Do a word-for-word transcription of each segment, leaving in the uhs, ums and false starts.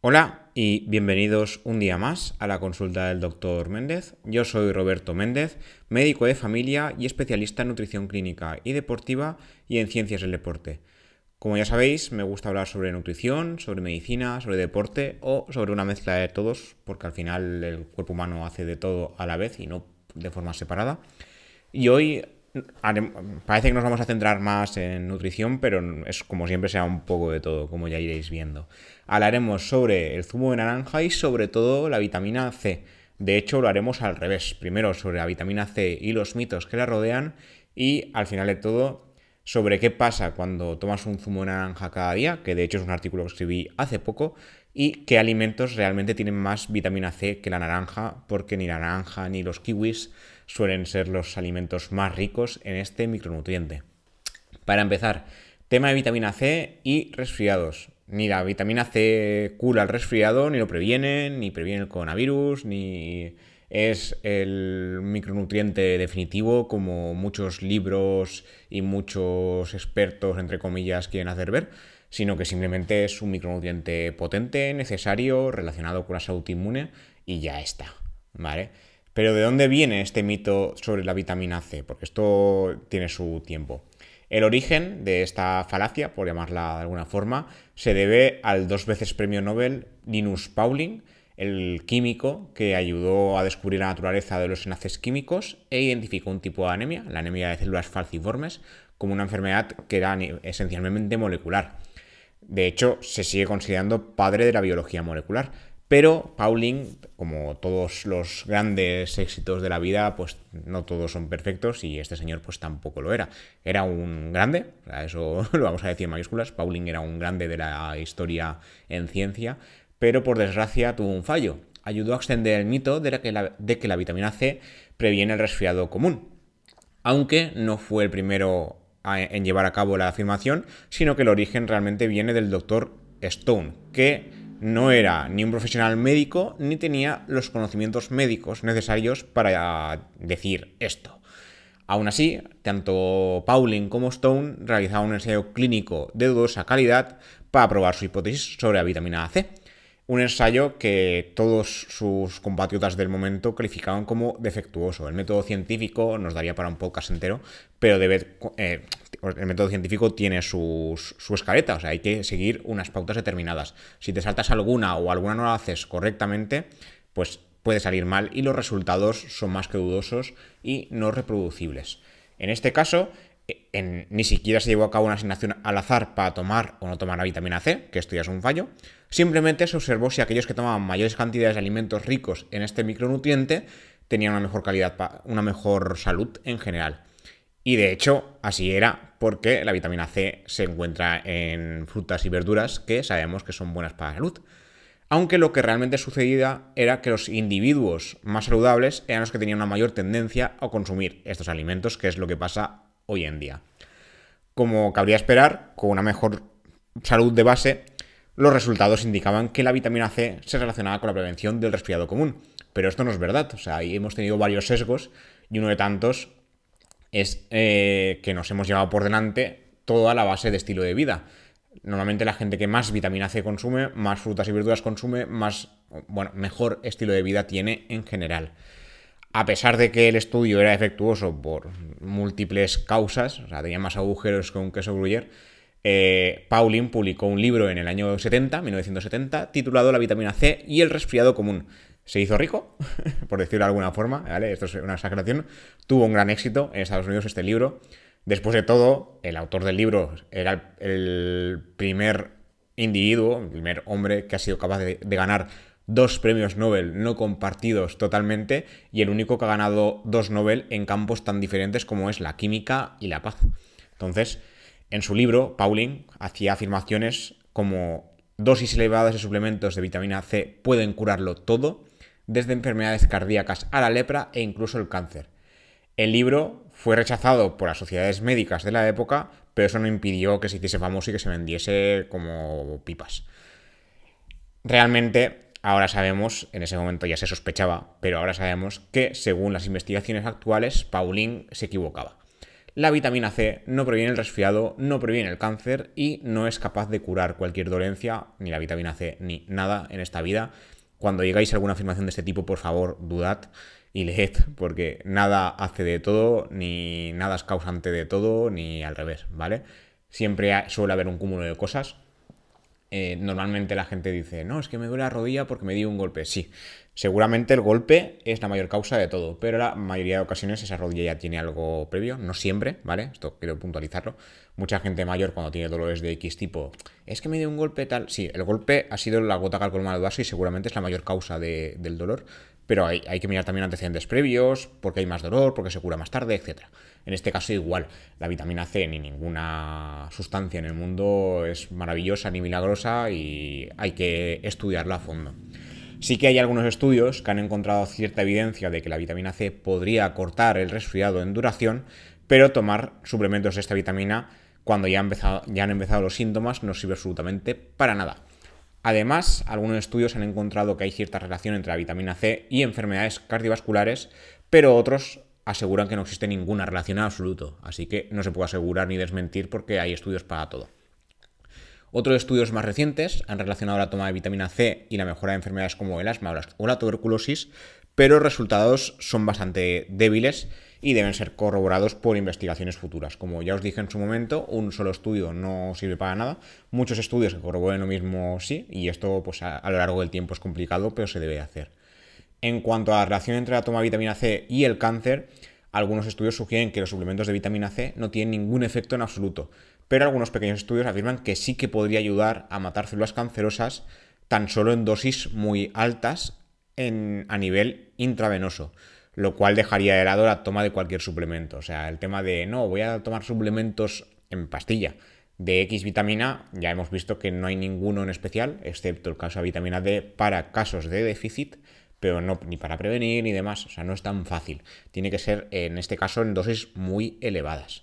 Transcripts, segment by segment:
Hola y bienvenidos un día más a la consulta del doctor Méndez. Yo soy Roberto Méndez, médico de familia y especialista en nutrición clínica y deportiva y en ciencias del deporte. Como ya sabéis, me gusta hablar sobre nutrición, sobre medicina, sobre deporte o sobre una mezcla de todos, porque al final el cuerpo humano hace de todo a la vez y no de forma separada. Y hoy parece que nos vamos a centrar más en nutrición, pero es como siempre será un poco de todo, como ya iréis viendo. Hablaremos sobre el zumo de naranja y sobre todo la vitamina C. De hecho, lo haremos al revés. Primero sobre la vitamina C y los mitos que la rodean y al final de todo sobre qué pasa cuando tomas un zumo de naranja cada día, que de hecho es un artículo que escribí hace poco, y qué alimentos realmente tienen más vitamina C que la naranja, porque ni la naranja ni los kiwis suelen ser los alimentos más ricos en este micronutriente. Para empezar, tema de vitamina C y resfriados. Ni la vitamina C cura el resfriado, ni lo previene, ni previene el coronavirus, ni es el micronutriente definitivo como muchos libros y muchos expertos, entre comillas, quieren hacer ver, sino que simplemente es un micronutriente potente, necesario, relacionado con la salud inmune y ya está, ¿vale? Pero ¿de dónde viene este mito sobre la vitamina C? Porque esto tiene su tiempo. El origen de esta falacia, por llamarla de alguna forma, se debe al dos veces premio Nobel Linus Pauling, el químico que ayudó a descubrir la naturaleza de los enlaces químicos e identificó un tipo de anemia, la anemia de células falciformes, como una enfermedad que era esencialmente molecular. De hecho, se sigue considerando padre de la biología molecular. Pero Pauling, como todos los grandes éxitos de la vida, pues no todos son perfectos y este señor pues tampoco lo era. Era un grande, o sea, eso lo vamos a decir en mayúsculas, Pauling era un grande de la historia en ciencia, pero por desgracia tuvo un fallo. Ayudó a extender el mito de que la, de que la vitamina C previene el resfriado común. Aunque no fue el primero en llevar a cabo la afirmación, sino que el origen realmente viene del doctor Stone, que no era ni un profesional médico ni tenía los conocimientos médicos necesarios para decir esto. Aún así, tanto Pauling como Stone realizaron un ensayo clínico de dudosa calidad para probar su hipótesis sobre la vitamina C. Un ensayo que todos sus compatriotas del momento calificaban como defectuoso. El método científico nos daría para un podcast entero, pero debe, eh, el método científico tiene sus, su escaleta, o sea, hay que seguir unas pautas determinadas. Si te saltas alguna o alguna no la haces correctamente, pues puede salir mal y los resultados son más que dudosos y no reproducibles. En este caso, en, ni siquiera se llevó a cabo una asignación al azar para tomar o no tomar la vitamina C, que esto ya es un fallo. Simplemente se observó si aquellos que tomaban mayores cantidades de alimentos ricos en este micronutriente tenían una mejor calidad, una mejor salud en general. Y de hecho, así era, porque la vitamina C se encuentra en frutas y verduras que sabemos que son buenas para la salud. Aunque lo que realmente sucedía era que los individuos más saludables eran los que tenían una mayor tendencia a consumir estos alimentos, que es lo que pasa hoy en día. Como cabría esperar, con una mejor salud de base, los resultados indicaban que la vitamina C se relacionaba con la prevención del resfriado común. Pero esto no es verdad, o sea, ahí hemos tenido varios sesgos y uno de tantos es eh, que nos hemos llevado por delante toda la base de estilo de vida. Normalmente la gente que más vitamina C consume, más frutas y verduras consume, más, bueno, mejor estilo de vida tiene en general. A pesar de que el estudio era defectuoso por múltiples causas, o sea, tenía más agujeros que un queso gruyère, eh, Pauling publicó un libro en el año setenta, mil novecientos setenta, titulado La vitamina C y el resfriado común. Se hizo rico, por decirlo de alguna forma, ¿vale? Esto es una exageración. Tuvo un gran éxito en Estados Unidos este libro. Después de todo, el autor del libro era el primer individuo, el primer hombre que ha sido capaz de, de ganar dos premios Nobel no compartidos totalmente y el único que ha ganado dos Nobel en campos tan diferentes como es la química y la paz. Entonces, en su libro, Pauling hacía afirmaciones como dosis elevadas de suplementos de vitamina C pueden curarlo todo, desde enfermedades cardíacas a la lepra e incluso el cáncer. El libro fue rechazado por las sociedades médicas de la época, pero eso no impidió que se hiciese famoso y que se vendiese como pipas. Realmente, ahora sabemos, en ese momento ya se sospechaba, pero ahora sabemos que, según las investigaciones actuales, Pauling se equivocaba. La vitamina C no previene el resfriado, no previene el cáncer y no es capaz de curar cualquier dolencia, ni la vitamina C, ni nada en esta vida. Cuando llegáis a alguna afirmación de este tipo, por favor, dudad y leed, porque nada hace de todo, ni nada es causante de todo, ni al revés, ¿vale? Siempre suele haber un cúmulo de cosas. Eh, normalmente la gente dice, no, es que me duele la rodilla porque me di un golpe. Sí, seguramente el golpe es la mayor causa de todo, pero la mayoría de ocasiones esa rodilla ya tiene algo previo, no siempre, ¿vale? Esto quiero puntualizarlo. Mucha gente mayor cuando tiene dolores de X tipo, es que me di un golpe tal. Sí, el golpe ha sido la gota que ha colmado el vaso y seguramente es la mayor causa de, del dolor, pero hay, hay que mirar también antecedentes previos, porque hay más dolor, porque se cura más tarde, etcétera. En este caso igual, la vitamina C ni ninguna sustancia en el mundo es maravillosa ni milagrosa y hay que estudiarla a fondo. Sí que hay algunos estudios que han encontrado cierta evidencia de que la vitamina C podría cortar el resfriado en duración, pero tomar suplementos de esta vitamina cuando ya, ha empezado, ya han empezado los síntomas no sirve absolutamente para nada. Además, algunos estudios han encontrado que hay cierta relación entre la vitamina C y enfermedades cardiovasculares, pero otros aseguran que no existe ninguna relación en absoluto, así que no se puede asegurar ni desmentir porque hay estudios para todo. Otros estudios más recientes han relacionado la toma de vitamina C y la mejora de enfermedades como el asma o la tuberculosis, pero los resultados son bastante débiles y deben ser corroborados por investigaciones futuras. Como ya os dije en su momento, un solo estudio no sirve para nada. Muchos estudios que corroboren lo mismo sí, y esto pues a, a lo largo del tiempo es complicado, pero se debe hacer. En cuanto a la relación entre la toma de vitamina C y el cáncer, algunos estudios sugieren que los suplementos de vitamina C no tienen ningún efecto en absoluto, pero algunos pequeños estudios afirman que sí que podría ayudar a matar células cancerosas tan solo en dosis muy altas en, a nivel intravenoso, lo cual dejaría de lado la toma de cualquier suplemento. O sea, el tema de, no, voy a tomar suplementos en pastilla de X vitamina, ya hemos visto que no hay ninguno en especial, excepto el caso de vitamina D para casos de déficit, pero no ni para prevenir ni demás, o sea, no es tan fácil. Tiene que ser, en este caso, en dosis muy elevadas.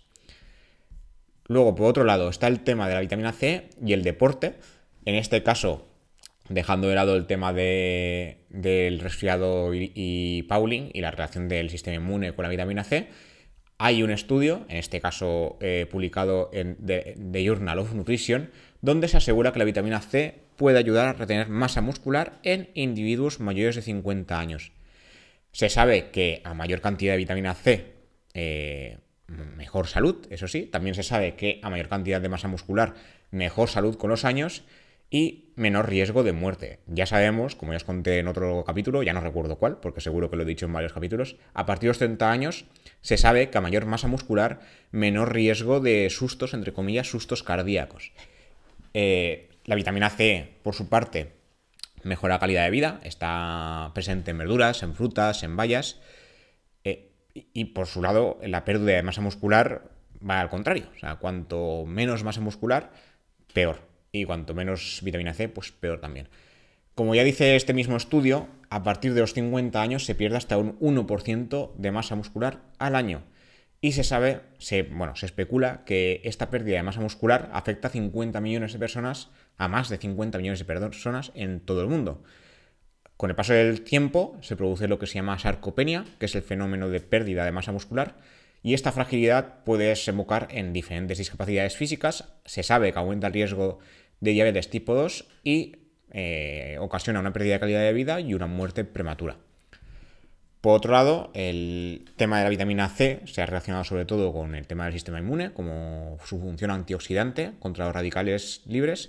Luego, por otro lado, está el tema de la vitamina C y el deporte. En este caso, dejando de lado el tema de, del resfriado y, y Pauling y la relación del sistema inmune con la vitamina C, hay un estudio, en este caso eh, publicado en The, The Journal of Nutrition, donde se asegura que la vitamina C puede ayudar a retener masa muscular en individuos mayores de cincuenta años. Se sabe que a mayor cantidad de vitamina C, eh, mejor salud, eso sí. También se sabe que a mayor cantidad de masa muscular, mejor salud con los años y menor riesgo de muerte. Ya sabemos, como ya os conté en otro capítulo, ya no recuerdo cuál, porque seguro que lo he dicho en varios capítulos, a partir de los treinta años se sabe que a mayor masa muscular, menor riesgo de sustos, entre comillas, sustos cardíacos. Eh, la vitamina C, por su parte, mejora la calidad de vida, está presente en verduras, en frutas, en bayas, eh, y, y por su lado, la pérdida de masa muscular va al contrario. O sea, cuanto menos masa muscular, peor. Y cuanto menos vitamina C, pues peor también. Como ya dice este mismo estudio, a partir de los cincuenta años se pierde hasta un uno por ciento de masa muscular al año. Y se sabe, se, bueno, se especula que esta pérdida de masa muscular afecta a cincuenta millones de personas, a más de cincuenta millones de personas en todo el mundo. Con el paso del tiempo se produce lo que se llama sarcopenia, que es el fenómeno de pérdida de masa muscular, y esta fragilidad puede desembocar en diferentes discapacidades físicas. Se sabe que aumenta el riesgo de diabetes tipo dos y eh, ocasiona una pérdida de calidad de vida y una muerte prematura. Por otro lado, el tema de la vitamina C se ha relacionado sobre todo con el tema del sistema inmune, como su función antioxidante contra los radicales libres,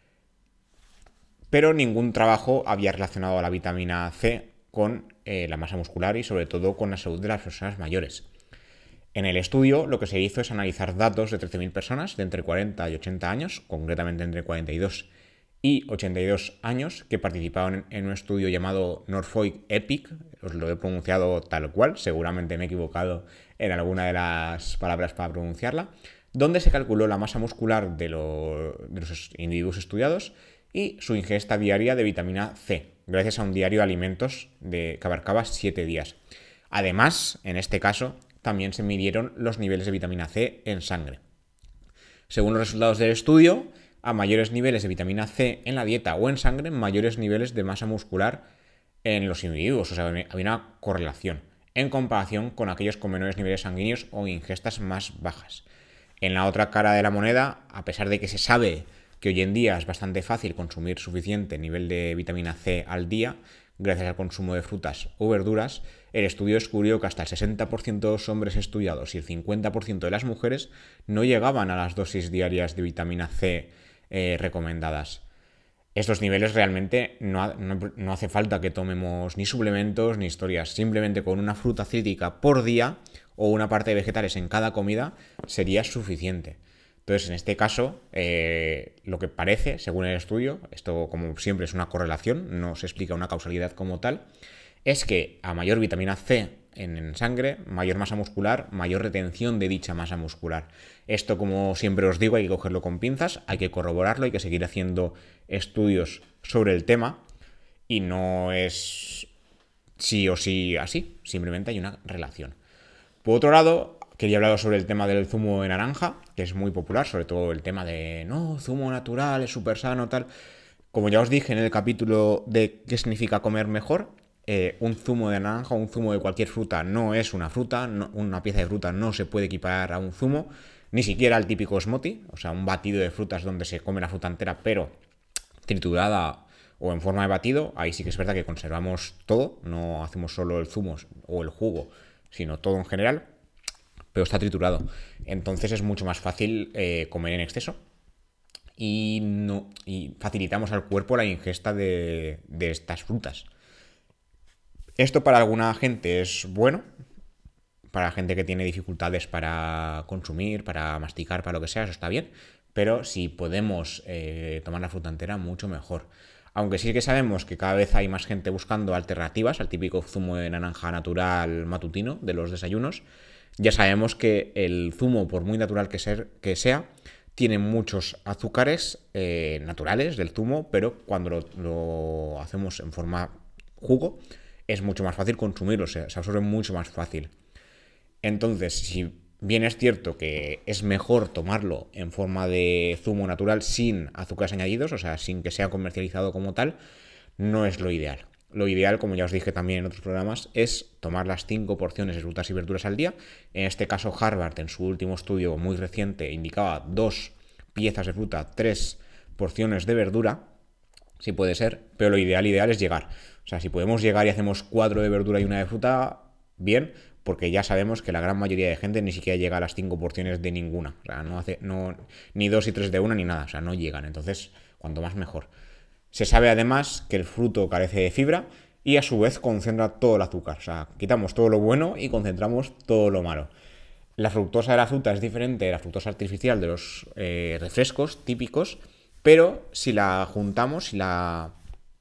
pero ningún trabajo había relacionado a la vitamina C con eh, la masa muscular y sobre todo con la salud de las personas mayores. En el estudio lo que se hizo es analizar datos de trece mil personas de entre cuarenta y ochenta años, concretamente entre cuarenta y dos y ochenta y dos años, que participaron en un estudio llamado Norfolk EPIC, os lo he pronunciado tal cual, seguramente me he equivocado en alguna de las palabras para pronunciarla, donde se calculó la masa muscular de, lo, de los individuos estudiados y su ingesta diaria de vitamina C, gracias a un diario de alimentos de, que abarcaba siete días. Además, en este caso, también se midieron los niveles de vitamina C en sangre. Según los resultados del estudio, a mayores niveles de vitamina C en la dieta o en sangre, mayores niveles de masa muscular en los individuos. O sea, había una correlación. en comparación con aquellos con menores niveles sanguíneos o ingestas más bajas. En la otra cara de la moneda, a pesar de que se sabe que hoy en día es bastante fácil consumir suficiente nivel de vitamina C al día, gracias al consumo de frutas o verduras, el estudio descubrió que hasta el sesenta por ciento de los hombres estudiados y el cincuenta por ciento de las mujeres no llegaban a las dosis diarias de vitamina C eh, recomendadas. Estos niveles realmente no, no, no hace falta que tomemos ni suplementos ni historias. Simplemente con una fruta cítrica por día o una parte de vegetales en cada comida sería suficiente. Entonces, en este caso, eh, lo que parece, según el estudio, esto como siempre es una correlación, no se explica una causalidad como tal, es que a mayor vitamina C en sangre, mayor masa muscular, mayor retención de dicha masa muscular. Esto, como siempre os digo, hay que cogerlo con pinzas, hay que corroborarlo, hay que seguir haciendo estudios sobre el tema y no es sí o sí así, simplemente hay una relación. Por otro lado, quería hablar sobre el tema del zumo de naranja, que es muy popular, sobre todo el tema de no, zumo natural, es súper sano, tal. Como ya os dije en el capítulo de qué significa comer mejor, eh, un zumo de naranja o un zumo de cualquier fruta no es una fruta, no, una pieza de fruta no se puede equiparar a un zumo, ni siquiera al típico smoothie, o sea, un batido de frutas donde se come la fruta entera, pero triturada o en forma de batido. Ahí sí que es verdad que conservamos todo, no hacemos solo el zumo o el jugo, sino todo en general, pero está triturado. Entonces es mucho más fácil eh, comer en exceso y, no, y facilitamos al cuerpo la ingesta de, de estas frutas. Esto para alguna gente es bueno, para gente que tiene dificultades para consumir, para masticar, para lo que sea, eso está bien, pero si podemos eh, tomar la fruta entera, mucho mejor. Aunque sí que sabemos que cada vez hay más gente buscando alternativas al típico zumo de naranja natural matutino de los desayunos. Ya sabemos que el zumo, por muy natural que, ser, que sea, tiene muchos azúcares eh, naturales del zumo, pero cuando lo, lo hacemos en forma jugo, es mucho más fácil consumirlo, se, se absorbe mucho más fácil. Entonces, si bien es cierto que es mejor tomarlo en forma de zumo natural sin azúcares añadidos, o sea, sin que sea comercializado como tal, no es lo ideal. Lo ideal, como ya os dije también en otros programas, es tomar las cinco porciones de frutas y verduras al día. En este caso, Harvard, en su último estudio muy reciente, indicaba dos piezas de fruta, tres porciones de verdura, si puede ser, pero lo ideal, ideal es llegar. O sea, si podemos llegar y hacemos cuatro de verdura y una de fruta, bien, porque ya sabemos que la gran mayoría de gente ni siquiera llega a las cinco porciones de ninguna. O sea, no hace no, ni dos y tres de una ni nada, o sea, no llegan. Entonces, cuanto más mejor. Se sabe además que el fruto carece de fibra y a su vez concentra todo el azúcar. O sea, quitamos todo lo bueno y concentramos todo lo malo. La fructosa de la fruta es diferente de la fructosa artificial de los eh, refrescos típicos, pero si la juntamos, si la,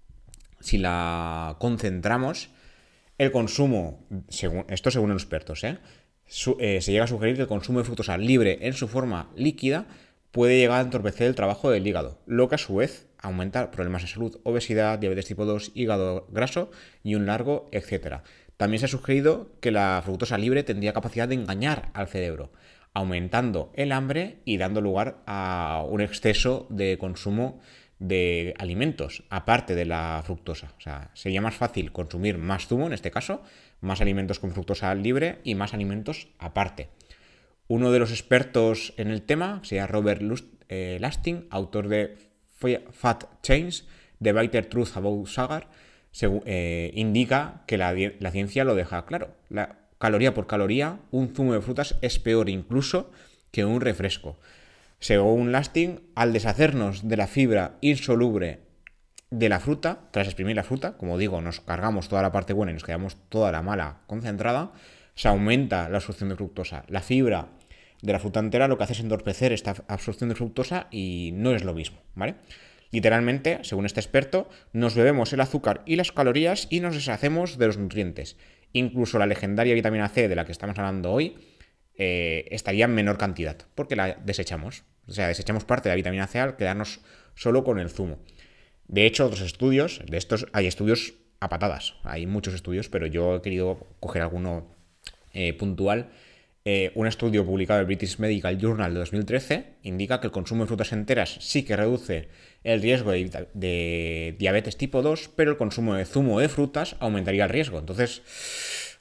si la concentramos, el consumo, según, esto según los expertos, ¿eh? Su, eh, se llega a sugerir que el consumo de fructosa libre en su forma líquida puede llegar a entorpecer el trabajo del hígado, lo que a su vez aumenta problemas de salud, obesidad, diabetes tipo dos, hígado graso y un largo, etcétera. También se ha sugerido que la fructosa libre tendría capacidad de engañar al cerebro, aumentando el hambre y dando lugar a un exceso de consumo de alimentos, aparte de la fructosa. O sea, sería más fácil consumir más zumo, en este caso, más alimentos con fructosa libre y más alimentos aparte. Uno de los expertos en el tema sería Robert Lust, eh, Lustig, autor de Fat Change, The Bitter Truth About Sugar, según, eh, indica que la, la ciencia lo deja claro. La, caloría por caloría, un zumo de frutas es peor incluso que un refresco. Según Lustig, al deshacernos de la fibra insoluble de la fruta, tras exprimir la fruta, como digo, nos cargamos toda la parte buena y nos quedamos toda la mala concentrada, se aumenta la absorción de fructosa. La fibra de la fruta entera lo que hace es entorpecer esta absorción de fructosa y no es lo mismo, ¿vale? Literalmente, según este experto, nos bebemos el azúcar y las calorías y nos deshacemos de los nutrientes. Incluso la legendaria vitamina C de la que estamos hablando hoy eh, estaría en menor cantidad, porque la desechamos. O sea, desechamos parte de la vitamina C al quedarnos solo con el zumo. De hecho, otros estudios, de estos hay estudios a patadas, hay muchos estudios, pero yo he querido coger alguno eh, puntual. Eh, un estudio publicado en el British Medical Journal de dos mil trece indica que el consumo de frutas enteras sí que reduce el riesgo de, de diabetes tipo dos, pero el consumo de zumo de frutas aumentaría el riesgo. Entonces,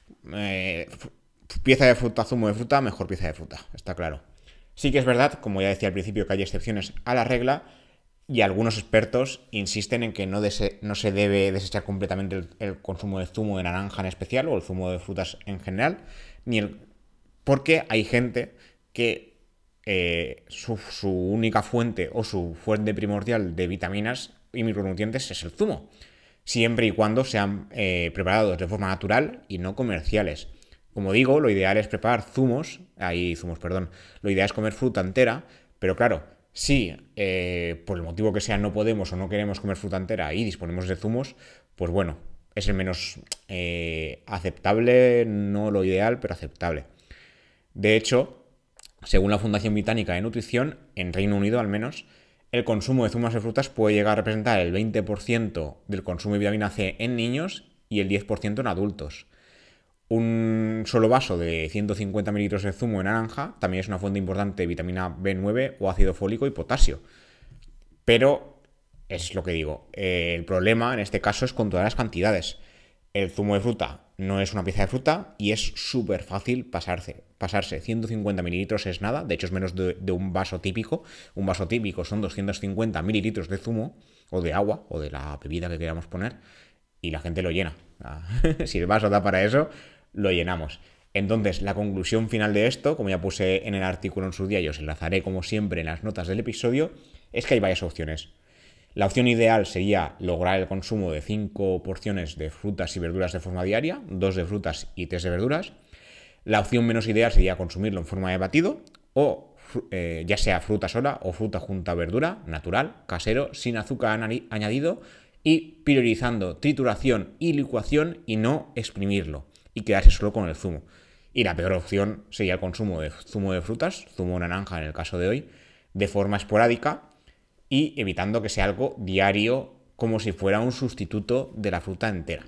eh, pieza de fruta, zumo de fruta, mejor pieza de fruta, está claro. Sí que es verdad, como ya decía al principio, que hay excepciones a la regla y algunos expertos insisten en que no, dese, no se debe desechar completamente el, el consumo de zumo de naranja en especial o el zumo de frutas en general, ni el, porque hay gente que eh, su, su única fuente o su fuente primordial de vitaminas y micronutrientes es el zumo, siempre y cuando sean eh, preparados de forma natural y no comerciales. Como digo, lo ideal es preparar zumos, ahí zumos, perdón, lo ideal es comer fruta entera, pero claro, si eh, por el motivo que sea no podemos o no queremos comer fruta entera y disponemos de zumos, pues bueno, es el menos eh, aceptable, no lo ideal, pero aceptable. De hecho, según la Fundación Británica de Nutrición, en Reino Unido al menos, el consumo de zumos de frutas puede llegar a representar el veinte por ciento del consumo de vitamina C en niños y el diez por ciento en adultos. Un solo vaso de ciento cincuenta mililitros de zumo de naranja también es una fuente importante de vitamina B nueve o ácido fólico y potasio. Pero es lo que digo, eh, el problema en este caso es con todas las cantidades. El zumo de fruta no es una pieza de fruta y es súper fácil pasarse. Pasarse ciento cincuenta mililitros es nada, de hecho es menos de, de un vaso típico. Un vaso típico son doscientos cincuenta mililitros de zumo o de agua o de la bebida que queramos poner y la gente lo llena. Si el vaso da para eso, lo llenamos. Entonces, la conclusión final de esto, como ya puse en el artículo en su día y os enlazaré como siempre en las notas del episodio, es que hay varias opciones. La opción ideal sería lograr el consumo de cinco porciones de frutas y verduras de forma diaria, dos de frutas y tres de verduras. La opción menos ideal sería consumirlo en forma de batido o eh, ya sea fruta sola o fruta junto a verdura, natural, casero, sin azúcar añadido y priorizando trituración y licuación y no exprimirlo y quedarse solo con el zumo. Y la peor opción sería el consumo de zumo de frutas, zumo de naranja en el caso de hoy, de forma esporádica y evitando que sea algo diario como si fuera un sustituto de la fruta entera.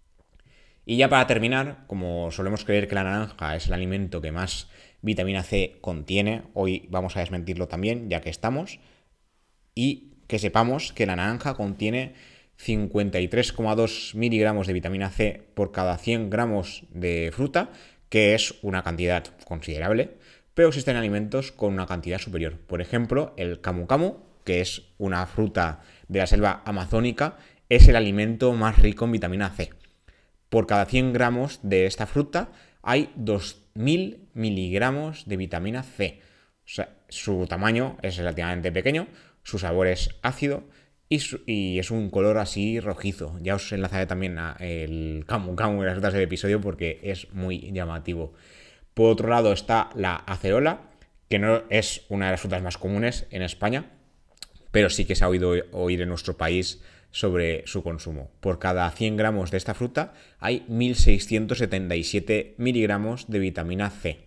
Y ya para terminar, como solemos creer que la naranja es el alimento que más vitamina C contiene, hoy vamos a desmentirlo también, ya que estamos, y que sepamos que la naranja contiene cincuenta y tres coma dos miligramos de vitamina C por cada cien gramos de fruta, que es una cantidad considerable, pero existen alimentos con una cantidad superior. Por ejemplo, el camu camu, que es una fruta de la selva amazónica, es el alimento más rico en vitamina C. Por cada cien gramos de esta fruta hay dos mil miligramos de vitamina C. O sea, su tamaño es relativamente pequeño, su sabor es ácido y, su, y es un color así rojizo. Ya os enlazaré también a el camu camu en las notas del episodio porque es muy llamativo. Por otro lado está la acerola, que no es una de las frutas más comunes en España, pero sí que se ha oído oír en nuestro país sobre su consumo. Por cada cien gramos de esta fruta hay mil seiscientos setenta y siete miligramos de vitamina C.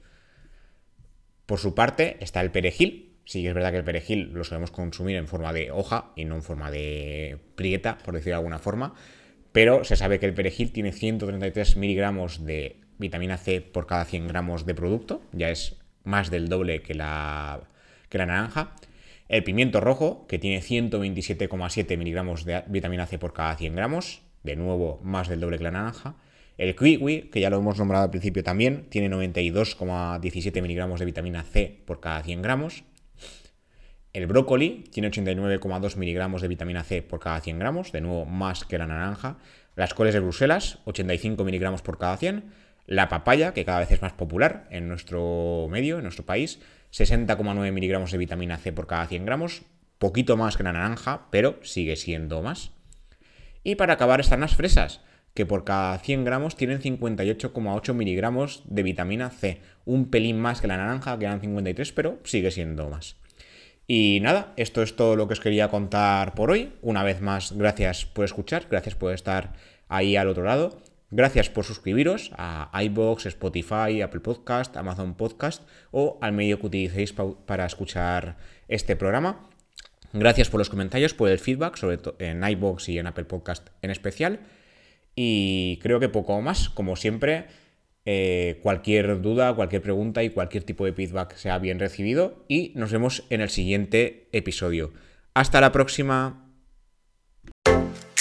Por su parte está el perejil. Sí que es verdad que el perejil lo solemos consumir en forma de hoja y no en forma de prieta, por decirlo de alguna forma, pero se sabe que el perejil tiene ciento treinta y tres miligramos de vitamina C por cada cien gramos de producto, ya es más del doble que la, que la naranja. El pimiento rojo, que tiene ciento veintisiete coma siete miligramos de vitamina C por cada cien gramos, de nuevo más del doble que la naranja. El kiwi, que ya lo hemos nombrado al principio también, tiene noventa y dos coma diecisiete miligramos de vitamina C por cada cien gramos. El brócoli tiene ochenta y nueve coma dos miligramos de vitamina C por cada cien gramos, de nuevo más que la naranja. Las coles de Bruselas, ochenta y cinco miligramos por cada cien. La papaya, que cada vez es más popular en nuestro medio, en nuestro país, sesenta coma nueve miligramos de vitamina C por cada cien gramos, poquito más que la naranja, pero sigue siendo más. Y para acabar están las fresas, que por cada cien gramos tienen cincuenta y ocho coma ocho miligramos de vitamina C, un pelín más que la naranja, que eran cincuenta y tres, pero sigue siendo más. Y nada, esto es todo lo que os quería contar por hoy. Una vez más, gracias por escuchar, gracias por estar ahí al otro lado. Gracias por suscribiros a iVoox, Spotify, Apple Podcast, Amazon Podcast o al medio que utilicéis pa- para escuchar este programa. Gracias por los comentarios, por el feedback, sobre todo en iVoox y en Apple Podcast en especial. Y creo que poco más, como siempre, eh, cualquier duda, cualquier pregunta y cualquier tipo de feedback sea bien recibido. Y nos vemos en el siguiente episodio. Hasta la próxima.